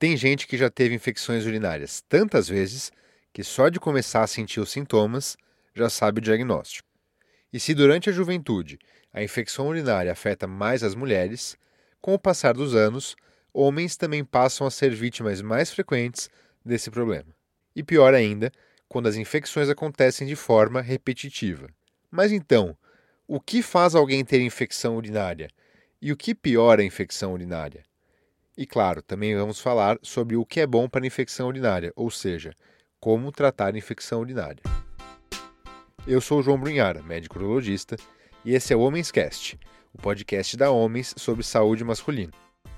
Tem gente que já teve infecções urinárias tantas vezes que só de começar a sentir os sintomas já sabe o diagnóstico. E se durante a juventude a infecção urinária afeta mais as mulheres, com o passar dos anos, homens também passam a ser vítimas mais frequentes desse problema. E pior ainda, quando as infecções acontecem de forma repetitiva. Mas então, o que faz alguém ter infecção urinária? E o que piora a infecção urinária? E claro, também vamos falar sobre o que é bom para a infecção urinária, ou seja, como tratar a infecção urinária. Eu sou o João Brunhara, médico urologista, e esse é o Homens Cast, o podcast da Homens sobre saúde masculina.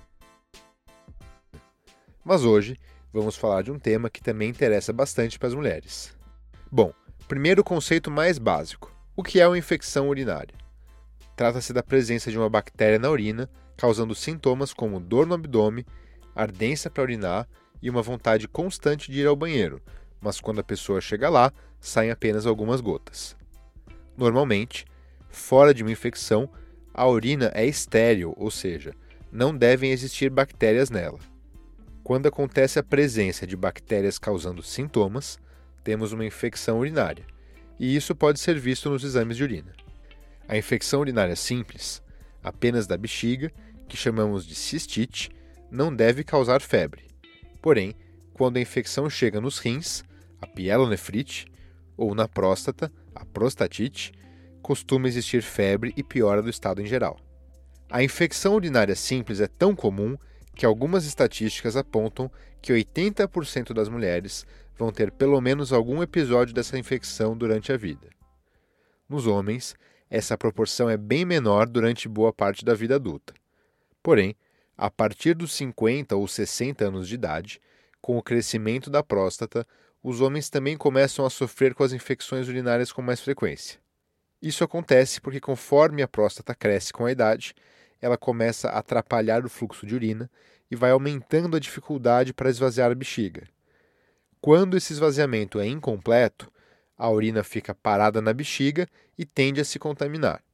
Mas hoje vamos falar de um tema que também interessa bastante para as mulheres. Bom, primeiro o conceito mais básico. O que é uma infecção urinária? Trata-se da presença de uma bactéria na urina, causando sintomas como dor no abdômen, ardência para urinar e uma vontade constante de ir ao banheiro, mas quando a pessoa chega lá, saem apenas algumas gotas. Normalmente, fora de uma infecção, a urina é estéril, ou seja, não devem existir bactérias nela. Quando acontece a presença de bactérias causando sintomas, temos uma infecção urinária, e isso pode ser visto nos exames de urina. A infecção urinária simples, apenas da bexiga, que chamamos de cistite, não deve causar febre. Porém, quando a infecção chega nos rins, a pielonefrite, ou na próstata, a prostatite, costuma existir febre e piora do estado em geral. A infecção urinária simples é tão comum que algumas estatísticas apontam que 80% das mulheres vão ter pelo menos algum episódio dessa infecção durante a vida. Nos homens, essa proporção é bem menor durante boa parte da vida adulta. Porém, a partir dos 50 ou 60 anos de idade, com o crescimento da próstata, os homens também começam a sofrer com as infecções urinárias com mais frequência. Isso acontece porque conforme a próstata cresce com a idade, ela começa a atrapalhar o fluxo de urina e vai aumentando a dificuldade para esvaziar a bexiga. Quando esse esvaziamento é incompleto, a urina fica parada na bexiga e tende a se contaminar.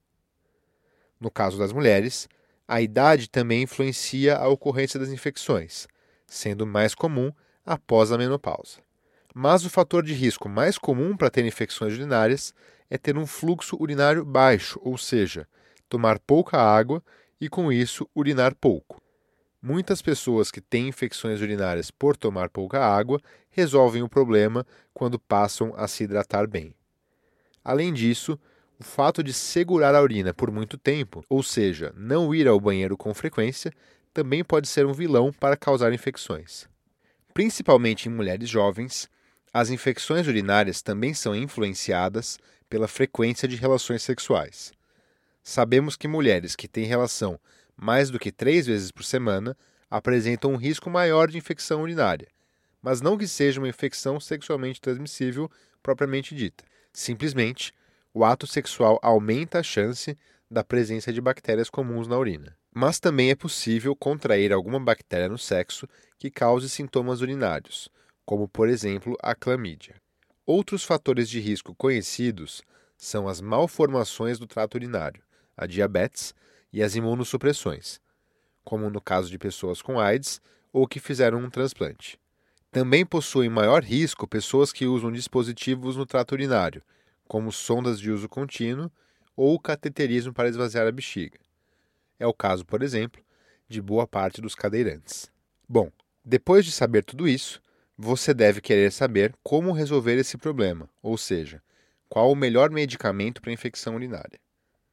No caso das mulheres, a idade também influencia a ocorrência das infecções, sendo mais comum após a menopausa. Mas o fator de risco mais comum para ter infecções urinárias é ter um fluxo urinário baixo, ou seja, tomar pouca água e, com isso, urinar pouco. Muitas pessoas que têm infecções urinárias por tomar pouca água resolvem o problema quando passam a se hidratar bem. Além disso, o fato de segurar a urina por muito tempo, ou seja, não ir ao banheiro com frequência, também pode ser um vilão para causar infecções. Principalmente em mulheres jovens, as infecções urinárias também são influenciadas pela frequência de relações sexuais. Sabemos que mulheres que têm relação mais do que 3 vezes por semana apresentam um risco maior de infecção urinária, mas não que seja uma infecção sexualmente transmissível propriamente dita. Simplesmente, o ato sexual aumenta a chance da presença de bactérias comuns na urina. Mas também é possível contrair alguma bactéria no sexo que cause sintomas urinários, como por exemplo a clamídia. Outros fatores de risco conhecidos são as malformações do trato urinário, a diabetes e as imunossupressões, como no caso de pessoas com AIDS ou que fizeram um transplante. Também possuem maior risco pessoas que usam dispositivos no trato urinário, como sondas de uso contínuo ou cateterismo para esvaziar a bexiga. É o caso, por exemplo, de boa parte dos cadeirantes. Bom, depois de saber tudo isso, você deve querer saber como resolver esse problema, ou seja, qual o melhor medicamento para a infecção urinária.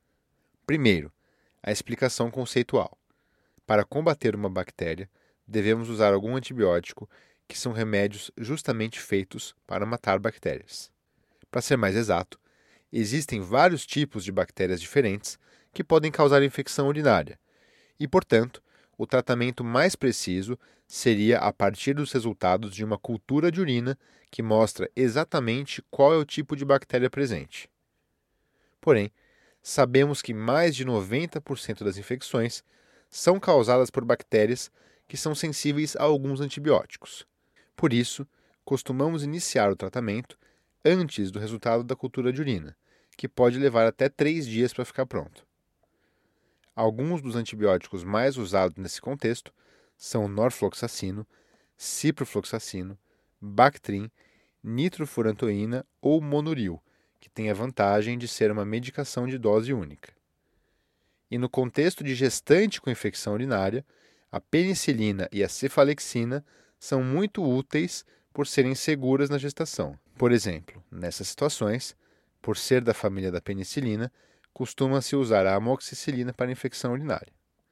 Primeiro, a explicação conceitual. Para combater uma bactéria, devemos usar algum antibiótico, que são remédios justamente feitos para matar bactérias. Para ser mais exato, existem vários tipos de bactérias diferentes que podem causar infecção urinária, e, portanto, o tratamento mais preciso seria a partir dos resultados de uma cultura de urina que mostra exatamente qual é o tipo de bactéria presente. Porém, sabemos que mais de 90% das infecções são causadas por bactérias que são sensíveis a alguns antibióticos. Por isso, costumamos iniciar o tratamento antes do resultado da cultura de urina, que pode levar até 3 dias para ficar pronto. Alguns dos antibióticos mais usados nesse contexto são o norfloxacino, ciprofloxacino, Bactrim, nitrofurantoína ou Monuril, que tem a vantagem de ser uma medicação de dose única. E no contexto de gestante com infecção urinária, a penicilina e a cefalexina são muito úteis por serem seguras na gestação. Por exemplo, nessas situações, por ser da família da penicilina, costuma-se usar a amoxicilina para infecção urinária.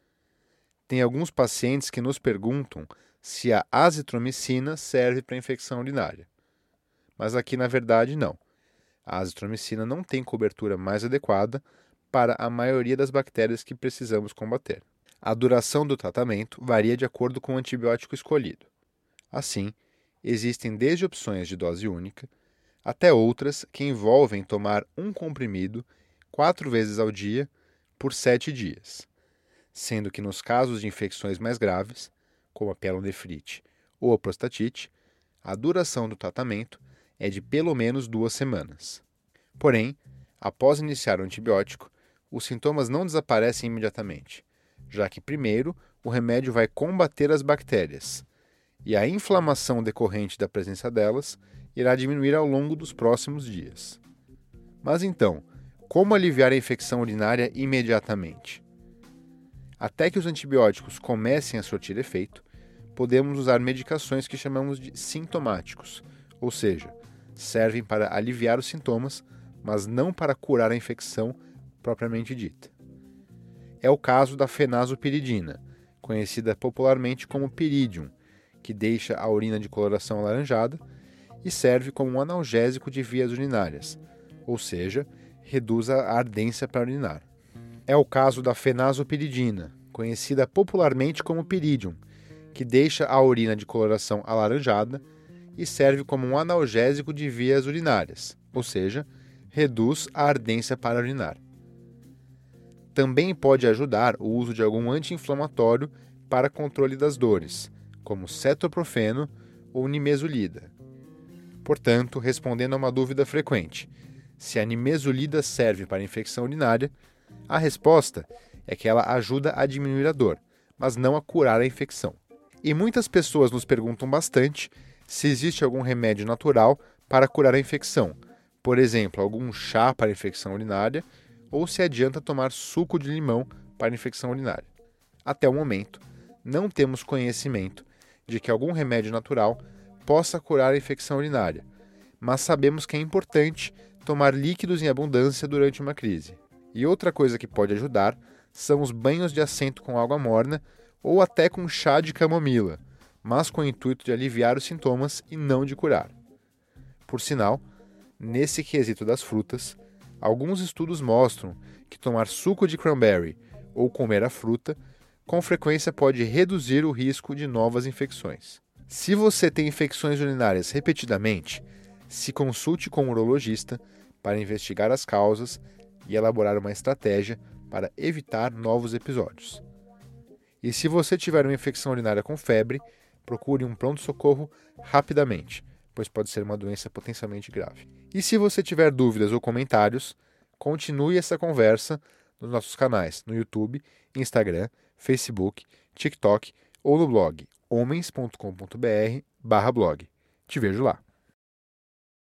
Tem alguns pacientes que nos perguntam se a azitromicina serve para infecção urinária. Mas aqui, na verdade, não. A azitromicina não tem cobertura mais adequada para a maioria das bactérias que precisamos combater. A duração do tratamento varia de acordo com o antibiótico escolhido. Assim, existem desde opções de dose única até outras que envolvem tomar um comprimido 4 vezes ao dia por 7 dias, sendo que nos casos de infecções mais graves, como a pielonefrite ou a prostatite, a duração do tratamento é de pelo menos 2 semanas. Porém, após iniciar o antibiótico, os sintomas não desaparecem imediatamente, já que primeiro o remédio vai combater as bactérias, e a inflamação decorrente da presença delas irá diminuir ao longo dos próximos dias. Mas então, como aliviar a infecção urinária imediatamente? Até que os antibióticos comecem a surtir efeito, podemos usar medicações que chamamos de sintomáticos, ou seja, servem para aliviar os sintomas, mas não para curar a infecção propriamente dita. É o caso da fenazopiridina, conhecida popularmente como Piridium, que deixa a urina de coloração alaranjada e serve como um analgésico de vias urinárias, ou seja, reduz a ardência para urinar. É o caso da fenazopiridina, conhecida popularmente como Piridium, que deixa a urina de coloração alaranjada e serve como um analgésico de vias urinárias, ou seja, reduz a ardência para urinar. Também pode ajudar o uso de algum anti-inflamatório para controle das dores, como cetoprofeno ou nimesulida. Portanto, respondendo a uma dúvida frequente, se a nimesulida serve para infecção urinária, a resposta é que ela ajuda a diminuir a dor, mas não a curar a infecção. E muitas pessoas nos perguntam bastante se existe algum remédio natural para curar a infecção, por exemplo, algum chá para infecção urinária, ou se adianta tomar suco de limão para infecção urinária. Até o momento, não temos conhecimento de que algum remédio natural possa curar a infecção urinária, mas sabemos que é importante tomar líquidos em abundância durante uma crise. E outra coisa que pode ajudar são os banhos de assento com água morna ou até com chá de camomila, mas com o intuito de aliviar os sintomas e não de curar. Por sinal, nesse quesito das frutas, alguns estudos mostram que tomar suco de cranberry ou comer a fruta com frequência pode reduzir o risco de novas infecções. Se você tem infecções urinárias repetidamente, se consulte com um urologista para investigar as causas e elaborar uma estratégia para evitar novos episódios. E se você tiver uma infecção urinária com febre, procure um pronto-socorro rapidamente, pois pode ser uma doença potencialmente grave. E se você tiver dúvidas ou comentários, continue essa conversa nos nossos canais no YouTube, Instagram, Facebook, TikTok ou no blog homens.com.br/blog. Te vejo lá.